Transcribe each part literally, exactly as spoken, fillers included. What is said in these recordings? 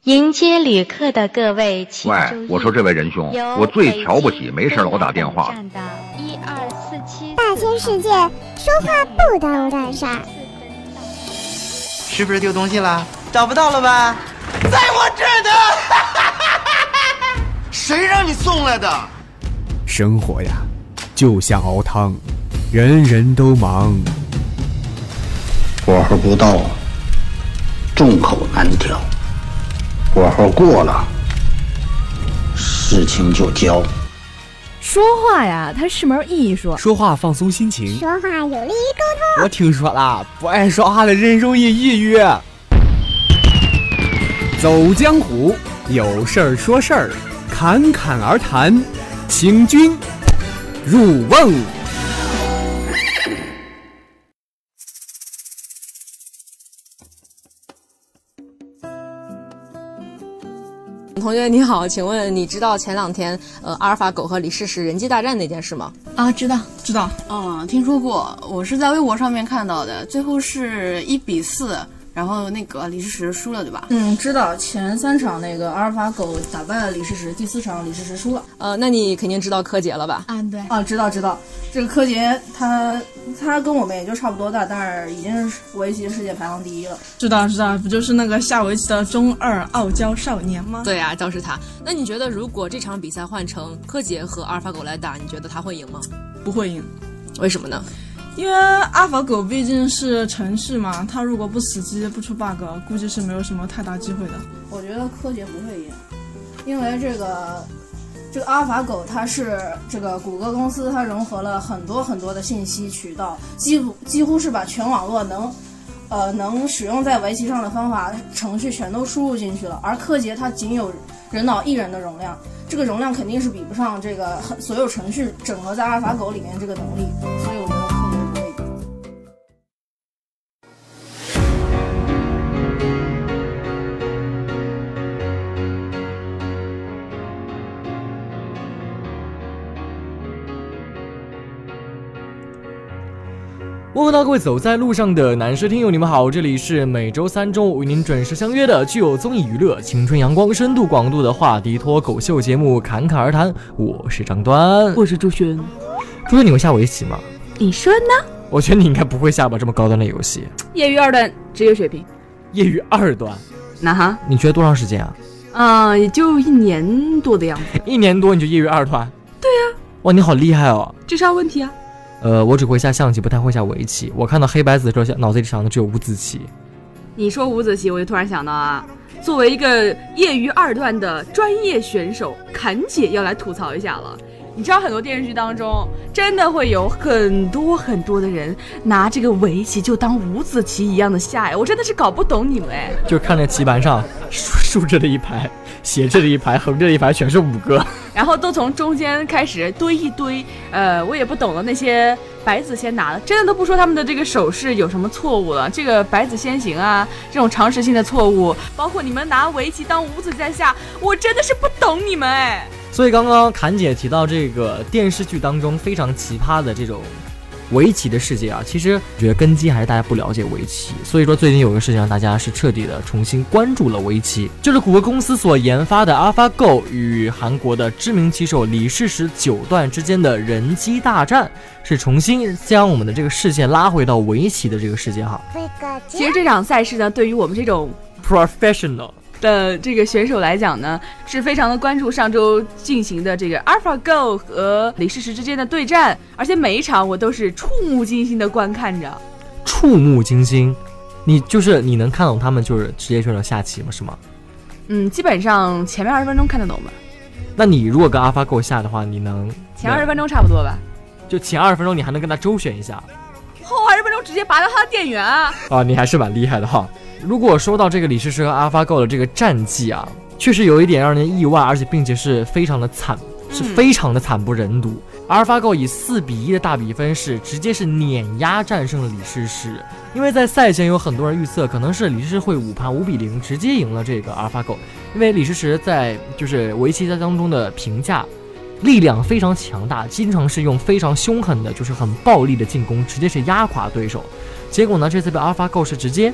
迎接旅客的各位，请喂，我说这位仁兄，我最瞧不起没事老打电话。 一二四七， 大千世界，说话不耽误干事儿。 是不是丢东西了？找不到了吧？在我这儿呢！谁让你送来的？ 生活呀，就像熬汤，人人都忙。 火候不到，众口难调。火候过了，事情就焦。 说话呀，它是门艺术。 说话放松心情， 说话有利于沟通。 我听说了，不爱说话的人容易抑郁。走江湖，有事儿说事儿，侃侃而谈，请君入瓮。 同学你好，请问你知道前两天呃阿尔法狗和李世石人机大战那件事吗？ 啊，知道知道，嗯，听说过，我是在微博上面看到的，最后是一比四，然后那个李世石输了，对吧？ 嗯，知道，前三场那个阿尔法狗打败了李世石，第四场李世石输了。 呃，那你肯定知道柯洁了吧？ 啊，对，啊，知道知道，这个柯洁他他跟我们也就差不多大，但是已经是围棋世界排行第一了。 知道知道，不就是那个下围棋的中二傲娇少年吗？ 对啊，就是他。那你觉得如果这场比赛换成柯洁和阿尔法狗来打，你觉得他会赢吗？ 不会赢。 为什么呢？ 因为阿尔法狗毕竟是程序嘛，他如果不死机不出 bug， 估计是没有什么太大机会的。 我觉得柯洁不会赢，因为这个这个阿尔法狗它是这个谷歌公司，它融合了很多很多的信息渠道，几乎几乎是把全网络能呃能使用在围棋上的方法程序全都输入进去了，而柯洁它仅有人脑一人的容量，这个容量肯定是比不上这个所有程序整合在阿尔法狗里面这个能力，所以我觉得柯洁不会赢。 问候到各位走在路上的男士听友，你们好，这里是每周三中午与您准时相约的具有综艺娱乐、青春阳光、深度广度的话题脱口秀节目《侃侃而谈》，我是张端， 我是朱轩。 朱轩，你会下围棋吗？ 你说呢？ 我觉得你应该不会下吧，这么高端的游戏。 业余二段职业水平。 业余二段？ 那哈？ 你学多长时间啊？ 啊、呃，也就一年多的样子。 一年多你就业余二段？ 对呀、啊。 哇，你好厉害哦！ 智商问题啊。 呃，我只会下象棋，不太会下围棋。我看到黑白子之后，脑子里想的只有五子棋。 你说五子棋，我就突然想到啊，作为一个业余二段的专业选手，侃姐要来吐槽一下了。你知道很多电视剧当中，真的会有很多很多的人拿这个围棋就当五子棋一样的下哎，我真的是搞不懂你们哎。 就看着棋盘上竖着的一排，斜着的一排，横着的一排，全是五个。 然后都从中间开始堆一堆，呃，我也不懂了，那些白子先拿了，真的都不说他们的这个手势有什么错误了，这个白子先行啊，这种常识性的错误，包括你们拿围棋当五子在下，我真的是不懂你们哎。 所以刚刚侃姐提到这个电视剧当中非常奇葩的这种围棋的世界啊，其实我觉得根基还是大家不了解围棋，所以说最近有个事情让大家是彻底的重新关注了围棋，就是谷歌公司所研发的 AlphaGo 与韩国的知名棋手李世石九段之间的人机大战，是重新将我们的这个视线拉回到围棋的这个世界哈。 其实这场赛事呢，对于我们这种 professional 的这个选手来讲呢，是非常的关注上周进行的这个 AlphaGo 和李世石之间的对战，而且每一场我都是触目惊心的观看着。 触目惊心？你就是你能看懂他们就是职业选手下棋吗？是吗？ 嗯，基本上前面二十分钟看得懂吧。 那你如果跟 AlphaGo 下的话，你能前二十分钟差不多吧？ 就前二十分钟你还能跟他周旋一下， 后二十分钟直接拔掉他的电源啊！ 啊，你还是蛮厉害的哈。如果说到这个李世石和 AlphaGo 的这个战绩啊，确实有一点让人意外，而且并且是非常的惨，是非常的惨不忍睹。嗯、AlphaGo 以四比一的大比分是直接是碾压战胜了李世石，因为在赛前有很多人预测可能是李世石会五盘五比零直接赢了这个 AlphaGo， 因为李世石在就是围棋赛当中的评价力量非常强大，经常是用非常凶狠的就是很暴力的进攻直接是压垮对手，结果呢这次被 AlphaGo 是直接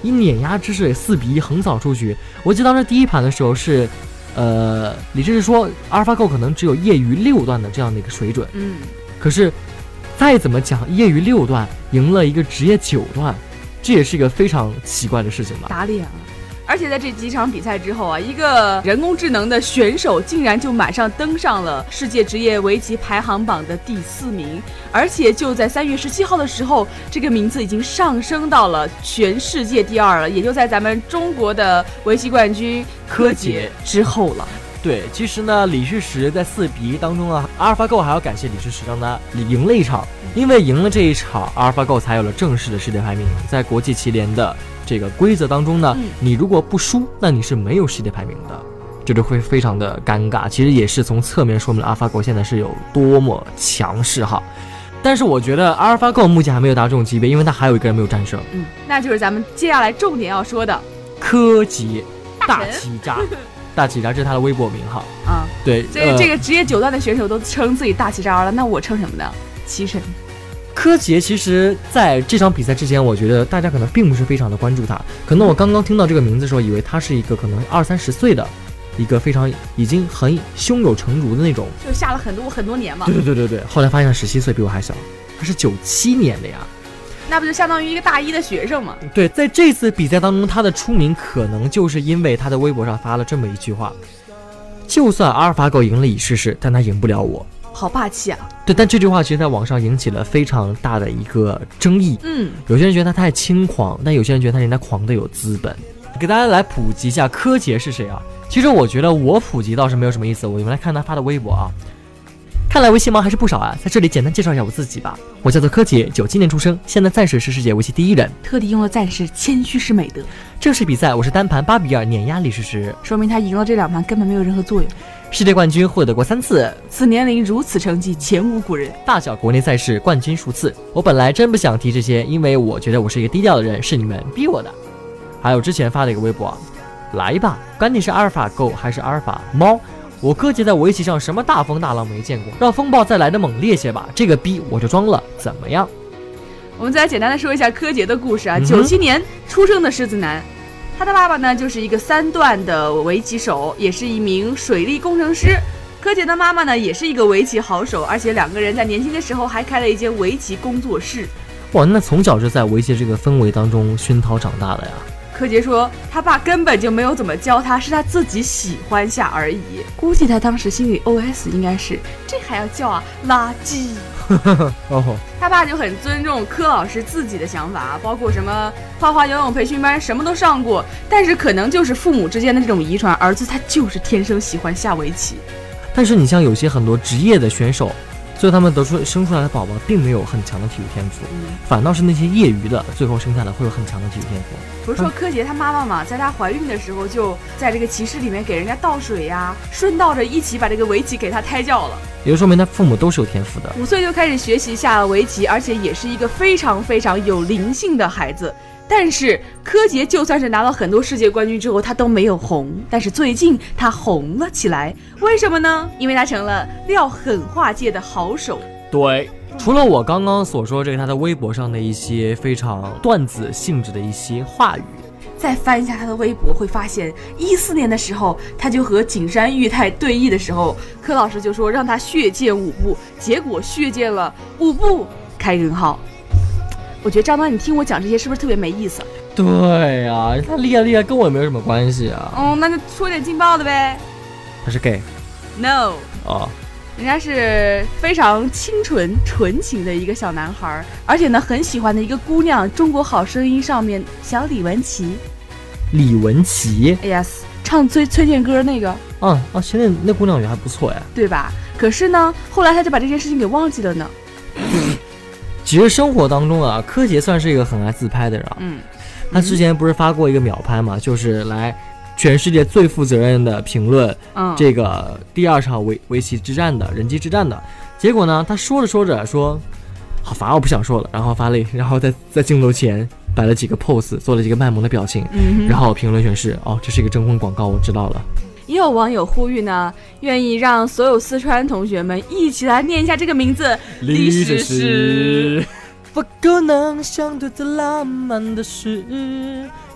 以碾压之势四比一横扫出局。我记得当时第一盘的时候是，呃，李志是说阿尔法狗可能只有业余六段的这样的一个水准， 嗯， 可是再怎么讲，业余六段赢了一个职业九段，这也是一个非常奇怪的事情吧？ 打脸了。而且在这几场比赛之后啊，一个人工智能的选手竟然就马上登上了世界职业围棋排行榜的第四名，而且就在三月十七号的时候，这个名字已经上升到了全世界第二了，也就在咱们中国的围棋冠军柯洁之后了。 对，其实呢，李世石在四比一当中啊，阿尔法狗还要感谢李世石让他赢了一场，因为赢了这一场，阿尔法狗才有了正式的世界排名。在国际棋联的这个规则当中呢，嗯、你如果不输，那你是没有世界排名的，这就会非常的尴尬。其实也是从侧面说明了阿尔法狗现在是有多么强势哈。但是我觉得阿尔法狗目前还没有达到这种级别，因为他还有一个人没有战胜， 嗯，那就是咱们接下来重点要说的柯洁大棋渣。大棋渣，这是他的微博名号啊。 对， 这、呃、这个职业九段的选手都称自己大棋渣了，那我称什么呢？棋神。 柯洁其实在这场比赛之前，我觉得大家可能并不是非常的关注他。可能我刚刚听到这个名字的时候，以为他是一个可能二三十岁的一个非常已经很胸有成竹的那种， 就下了很多很多年嘛。 对对对对对。后来发现他十七岁，比我还小，他是九七年的呀。 那不就相当于一个大一的学生吗？ 对，在这次比赛当中，他的出名可能就是因为他的微博上发了这么一句话：就算阿尔法狗赢了李世石，但他赢不了我。 好霸气啊！ 对，但这句话其实在网上引起了非常大的一个争议。 嗯， 有些人觉得他太轻狂，但有些人觉得他人家狂的有资本。给大家来普及一下柯洁是谁啊？其实我觉得我普及倒是没有什么意思，我们来看他发的微博啊。看来围棋盲还是不少啊，在这里简单介绍一下我自己吧。我叫做柯洁，九七年出生，现在暂时是世界围棋第一人。 特地用了暂时，谦虚是美德。 正式比赛我是单盘八比二碾压李世石， 说明他赢了这两盘根本没有任何作用。 世界冠军获得过三次， 此年龄如此成绩前无古人。 大小国内赛事冠军数次。我本来真不想提这些，因为我觉得我是一个低调的人，是你们逼我的。还有之前发的一个微博啊，来吧，管你是阿尔法狗还是阿尔法猫。我柯洁在围棋上什么大风大浪没见过，让风暴再来的猛烈些吧，这个逼我就装了，怎么样？ 我们再简单的说一下柯洁的故事啊，九七、嗯、年出生的狮子男，他的爸爸呢就是一个三段的围棋手，也是一名水利工程师。柯洁的妈妈呢也是一个围棋好手，而且两个人在年轻的时候还开了一间围棋工作室。 哇，那从小就在围棋这个氛围当中熏陶长大的呀。 柯洁说他爸根本就没有怎么教他，是他自己喜欢下而已。估计他当时心里 O S 应该是这还要叫啊，垃圾。 哦， 他爸就很尊重柯老师自己的想法，包括什么画画、游泳培训班什么都上过，但是可能就是父母之间的这种遗传，儿子他就是天生喜欢下围棋。 但是你像有些很多职业的选手，最后他们得出生出来的宝宝并没有很强的体育天赋，嗯、反倒是那些业余的最后生下来会有很强的体育天赋。 不是说柯洁她妈妈嘛，在她怀孕的时候就在这个棋室里面给人家倒水呀、啊，顺道着一起把这个围棋给她胎教了， 也就说明她父母都是有天赋的。 五岁就开始学习下围棋，而且也是一个非常非常有灵性的孩子。但是柯洁就算是拿到很多世界冠军之后，他都没有红。但是最近他红了起来，为什么呢？因为他成了撂狠话界的好手。 对，除了我刚刚所说这个他的微博上的一些非常段子性质的一些话语， 再翻一下他的微博，会发现一四年的时候，他就和景山裕太对弈的时候，柯老师就说让他血溅五步，结果血溅了五步，开根号。我觉得张端，你听我讲这些是不是特别没意思？ 对啊，他厉害厉害，跟我也没有什么关系啊。 哦，那就说点劲爆的呗。 他是 gay？ No。 哦。 人家是非常清纯纯情的一个小男孩，而且呢很喜欢的一个姑娘，中国好声音上面小李文琪。 李文琪 ，yes， 唱崔崔健歌那个。 嗯啊，现在那姑娘也还不错哎， 对吧？可是呢，后来他就把这件事情给忘记了呢。 其实生活当中啊，柯洁算是一个很爱自拍的人啊。 嗯， 他之前不是发过一个秒拍嘛，就是来全世界最负责任的评论这个第二场围围棋之战的人机之战的。结果呢，他说着说着说好烦，我不想说了，然后发了，然后在在镜头前摆了几个 pose， 做了几个卖萌的表情， 嗯、 然后评论显示哦，这是一个征婚广告，我知道了。 也有网友呼吁呢，愿意让所有四川同学们一起来念一下这个名字， 李世石。不可能想对最浪漫的事，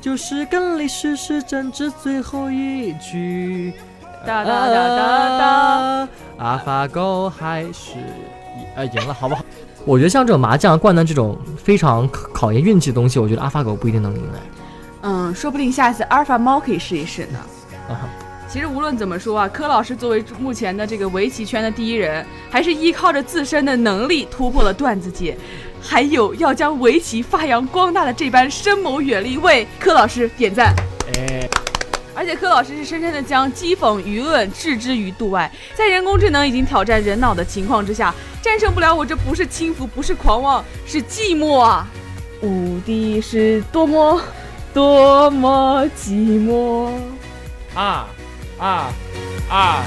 就是跟李世石争执最后一句。 哒哒哒哒哒， 阿法狗还是呃赢了，好不好？我觉得像这种麻将、掼蛋这种非常考验运气的东西，我觉得阿法狗不一定能赢哎。 嗯，说不定下次阿尔法猫可以试一试呢。 啊， 其实无论怎么说啊，柯老师作为目前的这个围棋圈的第一人，还是依靠着自身的能力突破了段子界，还有要将围棋发扬光大的这般深谋远虑，为柯老师点赞。 哎。 而且柯老师是深深地将讥讽舆论置之于度外，在人工智能已经挑战人脑的情况之下，战胜不了我这不是轻浮，不是狂妄，是寂寞啊！无敌是多么多么寂寞啊啊啊！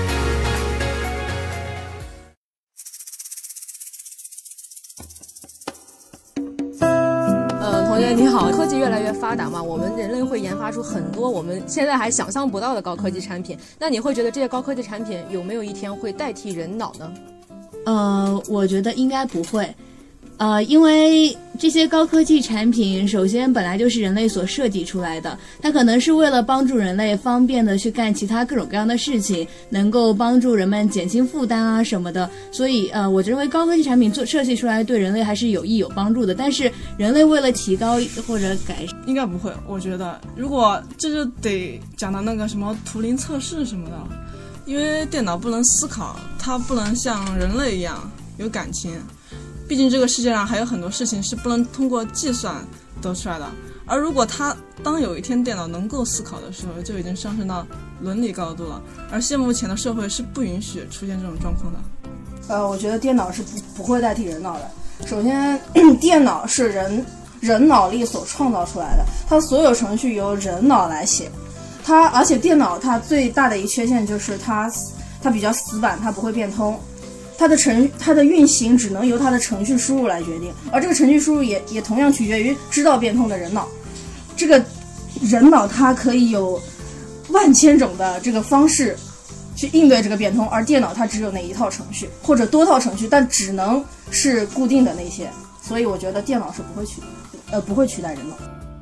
同学你好，科技越来越发达嘛，我们人类会研发出很多我们现在还想象不到的高科技产品。那你会觉得这些高科技产品有没有一天会代替人脑呢？ 呃，我觉得应该不会。呃，因为这些高科技产品，首先本来就是人类所设计出来的，它可能是为了帮助人类方便的去干其他各种各样的事情，能够帮助人们减轻负担啊什么的。所以，呃，我认为高科技产品做设计出来对人类还是有益有帮助的。但是，人类为了提高或者改善， 应该不会。我觉得，如果这就得讲到那个什么图灵测试什么的，因为电脑不能思考，它不能像人类一样有感情。毕竟这个世界上还有很多事情是不能通过计算得出来的，而如果它当有一天电脑能够思考的时候，就已经上升到伦理高度了，而现目前的社会是不允许出现这种状况的。 呃，我觉得电脑是不不会代替人脑的。首先，电脑是人人脑力所创造出来的，它所有程序由人脑来写，它而且电脑它最大的一缺陷就是它它比较死板，它不会变通。它的程它的运行只能由它的程序输入来决定，而这个程序输入也也同样取决于知道变通的人脑。这个人脑它可以有万千种的这个方式去应对这个变通，而电脑它只有那一套程序或者多套程序，但只能是固定的那些。所以我觉得电脑是不会取呃不会取代人脑。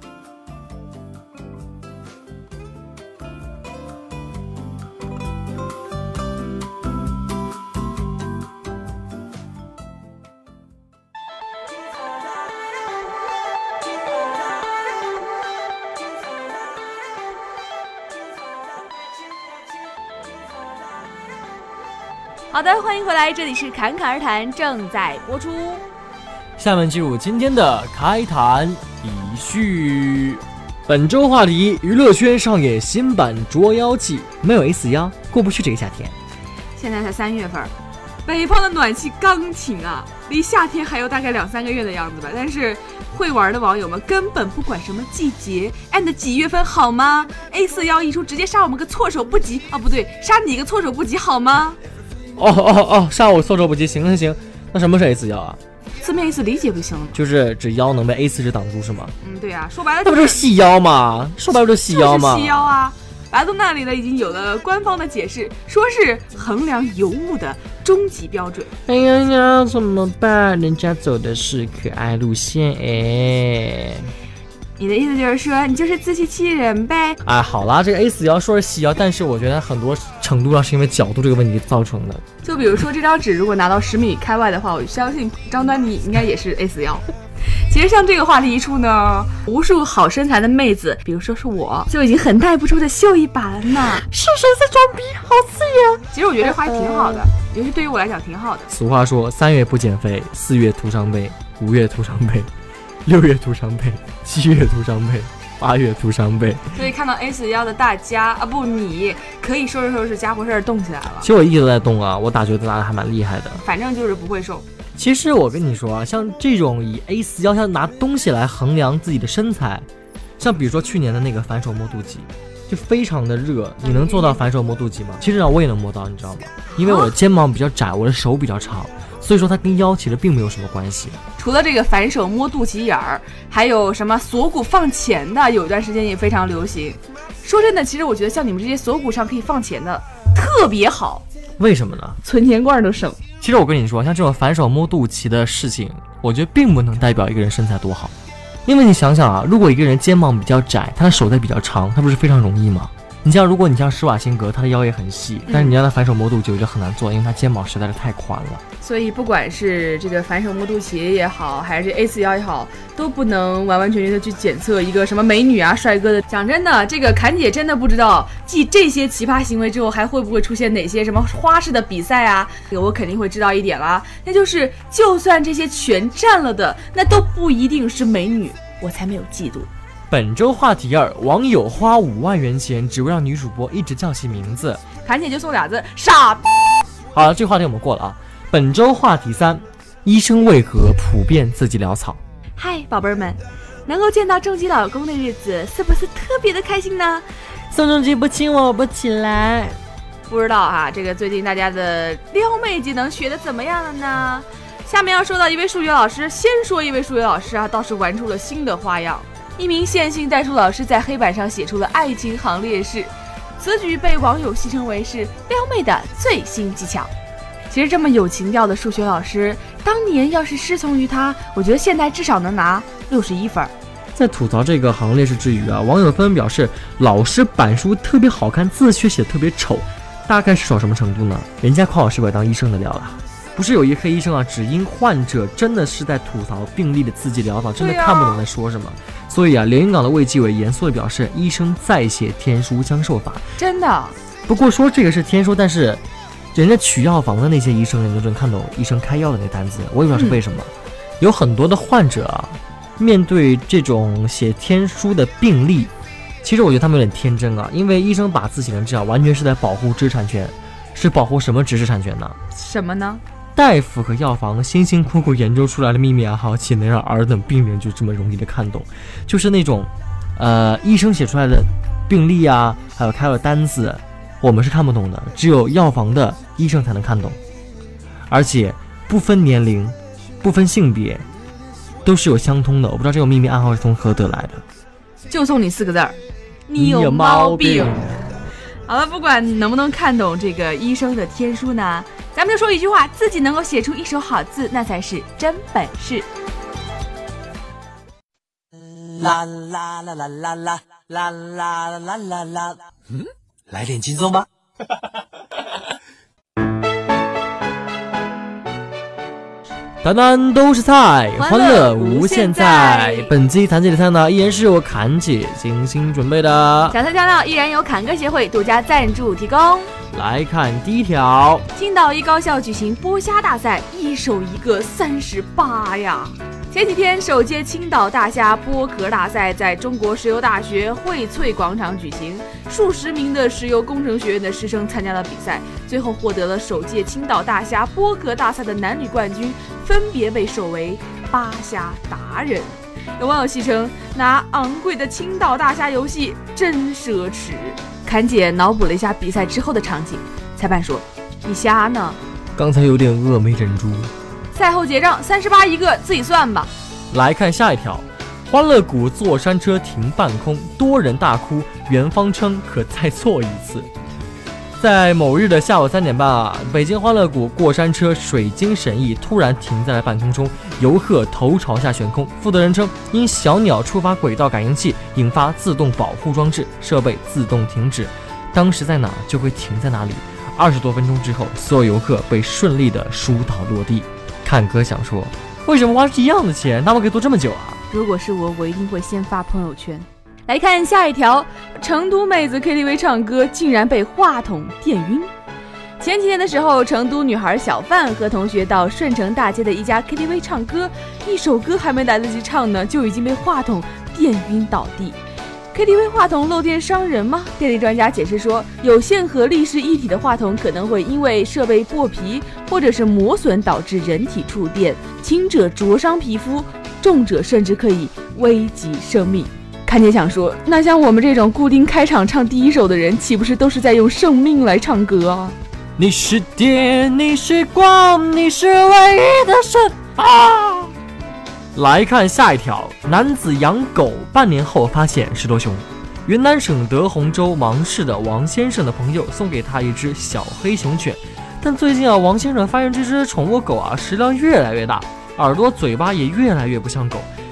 好的，欢迎回来，这里是侃侃而谈，正在播出。 下面进入今天的开谈一序。本周话题：娱乐圈上演新版《捉妖记》，没有 S 幺过不去这个夏天。 现在才三月份，北方的暖气刚停啊，离夏天还有大概两三个月的样子吧。但是会玩的网友们根本不管什么季节 and 几月份好吗 ？A 四幺一出，直接杀我们个措手不及啊！不对，杀你个措手不及好吗？ 哦哦哦，杀我措手不及，行行行，那什么是 A 四幺啊？ 字面意思理解不行了， 就是指妖能被 A 四 十挡住是吗？ 嗯，对啊，说白了、就是， 那不就是细腰吗？说白了就是细腰吗？ 就是细腰啊！百度那里呢已经有了官方的解释，说是衡量尤物的终极标准。 哎呀呀，怎么办？人家走的是可爱路线哎。 你的意思就是说你就是自欺欺人呗？ 哎，好啦，这个 A 四 幺说是细腰，但是我觉得很多程度上是因为角度这个问题造成的。 就比如说这张纸如果拿到十米开外的话，我相信张端倪应该也是 A 四 幺。其实像这个话题一出呢，无数好身材的妹子，比如说是我，就已经很带不住的秀一把了呢。 是谁在装逼？好刺眼！ 其实我觉得这话题挺好的，尤其对于我来讲挺好的。 俗话说，三月不减肥，四月徒伤悲，五月徒伤悲，六月徒伤悲，七月徒伤悲，八月徒伤悲。 所以看到 A 四 幺的大家啊，不，你可以收拾收拾家伙事儿，动起来了。 其实我一直都在动啊，我打觉得打的还蛮厉害的。 反正就是不会瘦。 其实我跟你说啊，像这种以 A 四 幺像拿东西来衡量自己的身材，像比如说去年的那个反手摸肚脐，就非常的热。你能做到反手摸肚脐吗？其实呢，我也能摸到，你知道吗？因为我的肩膀比较窄，我的手比较长，所以说它跟腰其实并没有什么关系。 除了这个反手摸肚脐眼儿，还有什么锁骨放前的，有一段时间也非常流行。说真的，其实我觉得像你们这些锁骨上可以放钱的特别好。 为什么呢？ 存钱罐都省。 其实我跟你说，像这种反手摸肚脐的事情，我觉得并不能代表一个人身材多好， 因为你想想啊，如果一个人肩膀比较窄，他的手再比较长，他不是非常容易吗？你像如果你像施瓦辛格，他的腰也很细，但是你让他反手摸肚脐就很难做，因为他肩膀实在是太宽了。 所以不管是这个反手摸肚脐也好，还是 A 四腰也好，都不能完完全全的去检测一个什么美女啊帅哥的。讲真的，这个侃姐真的不知道继这些奇葩行为之后还会不会出现哪些什么花式的比赛啊，我肯定会知道一点啦，那就是就算这些全占了的，那都不一定是美女，我才没有嫉妒。 本周话题二，网友花五万元钱只为让女主播一直叫其名字， 侃姐就送俩字，傻逼。 好了，这个话题我们过了啊。本周话题三，医生为何普遍自己潦草？ 嗨，宝贝儿们，能够见到正畸老公的日子是不是特别的开心呢？ 宋仲基不亲我，我不起来。 不知道哈，这个最近大家的撩妹技能学的怎么样了呢？下面要说到一位数学老师，先说一位数学老师啊，倒是玩出了新的花样。一名线性代数老师在黑板上写出了爱情行列式，此举被网友戏称为是撩妹的最新技巧。其实这么有情调的数学老师，当年要是师从于他，我觉得现在至少能拿六十一分。 在吐槽这个行列式之余啊，网友纷纷表示老师板书特别好看，字却写得特别丑，大概是少什么程度呢？人家夸我是不是当医生的料了？不是有一黑医生啊，只因患者真的是在吐槽病例的字迹潦草，真的看不懂在说什么。所以啊，连云港的卫计委严肃地表示，医生再写天书将受罚。 真的？ 不过说这个是天书，但是人家取药房的那些医生，人都能看懂医生开药的那个单子，我也不知道是为什么。嗯、有很多的患者啊，面对这种写天书的病例，其实我觉得他们有点天真啊，因为医生把字写成这样，完全是在保护知识产权，是保护什么知识产权呢？ 什么呢？ 大夫和药房辛辛苦苦研究出来的秘密暗号，岂能让尔等病人就这么容易的看懂？就是那种，呃，医生写出来的病历啊，还有开了单子，我们是看不懂的，只有药房的医生才能看懂，而且不分年龄，不分性别，都是有相通的。我不知道这个秘密暗号是从何得来的。 就送你四个字儿，你有毛病。好了，不管能不能看懂这个医生的天书呢，咱们就说一句话，自己能够写出一手好字，那才是真本事。 啦啦啦啦啦啦啦啦啦啦啦，嗯，来点轻松吧。 单单都是菜，欢乐无限在。本期谈姐的菜呢，依然是由侃姐精心准备的。 小菜酱料依然由侃哥协会独家赞助提供。 来看第一条， 青岛一高校举行剥虾大赛，一手一个三十八呀！前几天，首届青岛大虾剥壳大赛在中国石油大学荟萃广场举行，数十名的石油工程学院的师生参加了比赛，最后获得了首届青岛大虾剥壳大赛的男女冠军，分别被授为扒虾达人。有网友戏称，拿昂贵的青岛大虾游戏真奢侈。侃姐脑补了一下比赛之后的场景，裁判说：“你虾呢？” 刚才有点饿，没忍住。 赛后结账，三十八一个，自己算吧。 来看下一条，欢乐谷坐山车停半空，多人大哭，园方称可再坐一次。在某日的下午三点半啊，北京欢乐谷过山车水晶神翼突然停在了半空中，游客头朝下悬空。负责人称，因小鸟触发轨道感应器，引发自动保护装置，设备自动停止，当时在哪就会停在哪里。二十多分钟之后，所有游客被顺利的疏导落地。侃哥想说，为什么花是一样的钱，他们可以坐这么久啊？ 如果是我，我一定会先发朋友圈。来看下一条，成都妹子 K T V 唱歌竟然被话筒电晕。前几天的时候，成都女孩小范和同学到顺城大街的一家 K T V 唱歌，一首歌还没来得及唱呢，就已经被话筒电晕倒地。K T V 话筒漏电伤人吗？电力专家解释说，有线和立式一体的话筒可能会因为设备破皮或者是磨损导致人体触电，轻者灼伤皮肤，重者甚至可以危及生命。侃姐想说，那像我们这种固定开场唱第一首的人，岂不是都是在用生命来唱歌啊？ 你是电，你是光，你是唯一的神啊！来看下一条，男子养狗半年后发现是头熊。云南省德宏州芒市的王先生的朋友送给他一只小黑熊犬，但最近啊，王先生发现这只宠物狗啊食量越来越大，耳朵嘴巴也越来越不像狗，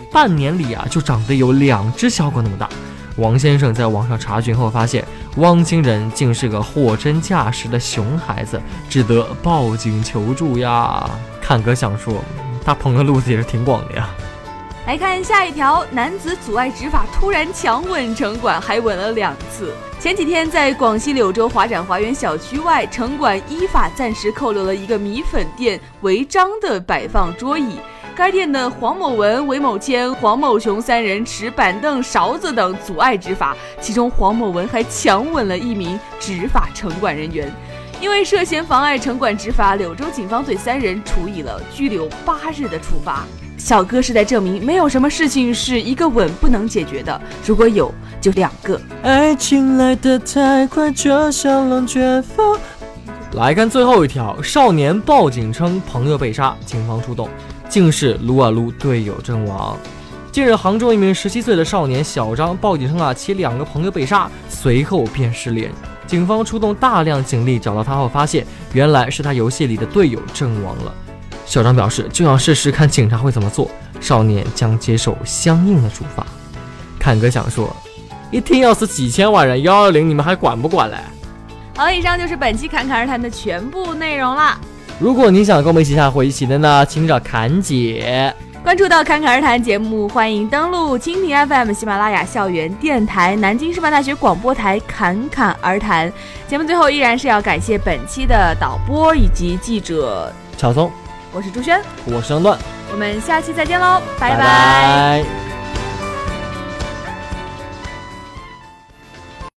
半年里啊就长得有两只小狗那么大。王先生在网上查询后发现，汪星人竟是个货真价实的熊孩子，只得报警求助呀。看哥想说，他捧的路子也是挺广的呀。 来看下一条，男子阻碍执法突然强吻城管，还吻了两次。前几天在广西柳州华展华园小区外，城管依法暂时扣留了一个米粉店违章的摆放桌椅。该店的黄某文、韦某谦、黄某雄三人持板凳、勺子等阻碍执法，其中黄某文还强吻了一名执法城管人员。因为涉嫌妨碍城管执法，柳州警方对三人处以了拘留八日的处罚。小哥是在证明没有什么事情是一个吻不能解决的，如果有就两个。 爱情来得太快，就像龙卷风。来看最后一条，少年报警称朋友被杀，警方出动，竟是撸啊撸队友阵亡。近日，杭州一名十七岁的少年小张报警称啊，其两个朋友被杀，随后便失联。警方出动大量警力找到他后，发现原来是他游戏里的队友阵亡了。小张表示，就要试试看警察会怎么做，少年将接受相应的处罚。看哥想说，一天要死几千万人，幺二零你们还管不管嘞？ 好了，以上就是本期侃侃而谈的全部内容啦。 如果你想跟我们一起下回一起的呢，请找侃姐。 关注到侃侃而谈节目，欢迎登录蜻蜓 F M、喜马拉雅校园电台、南京师范大学广播台侃侃而谈。节目最后依然是要感谢本期的导播以及记者乔松， 我是朱轩， 我是张段， 我们下期再见喽，拜拜。 拜拜。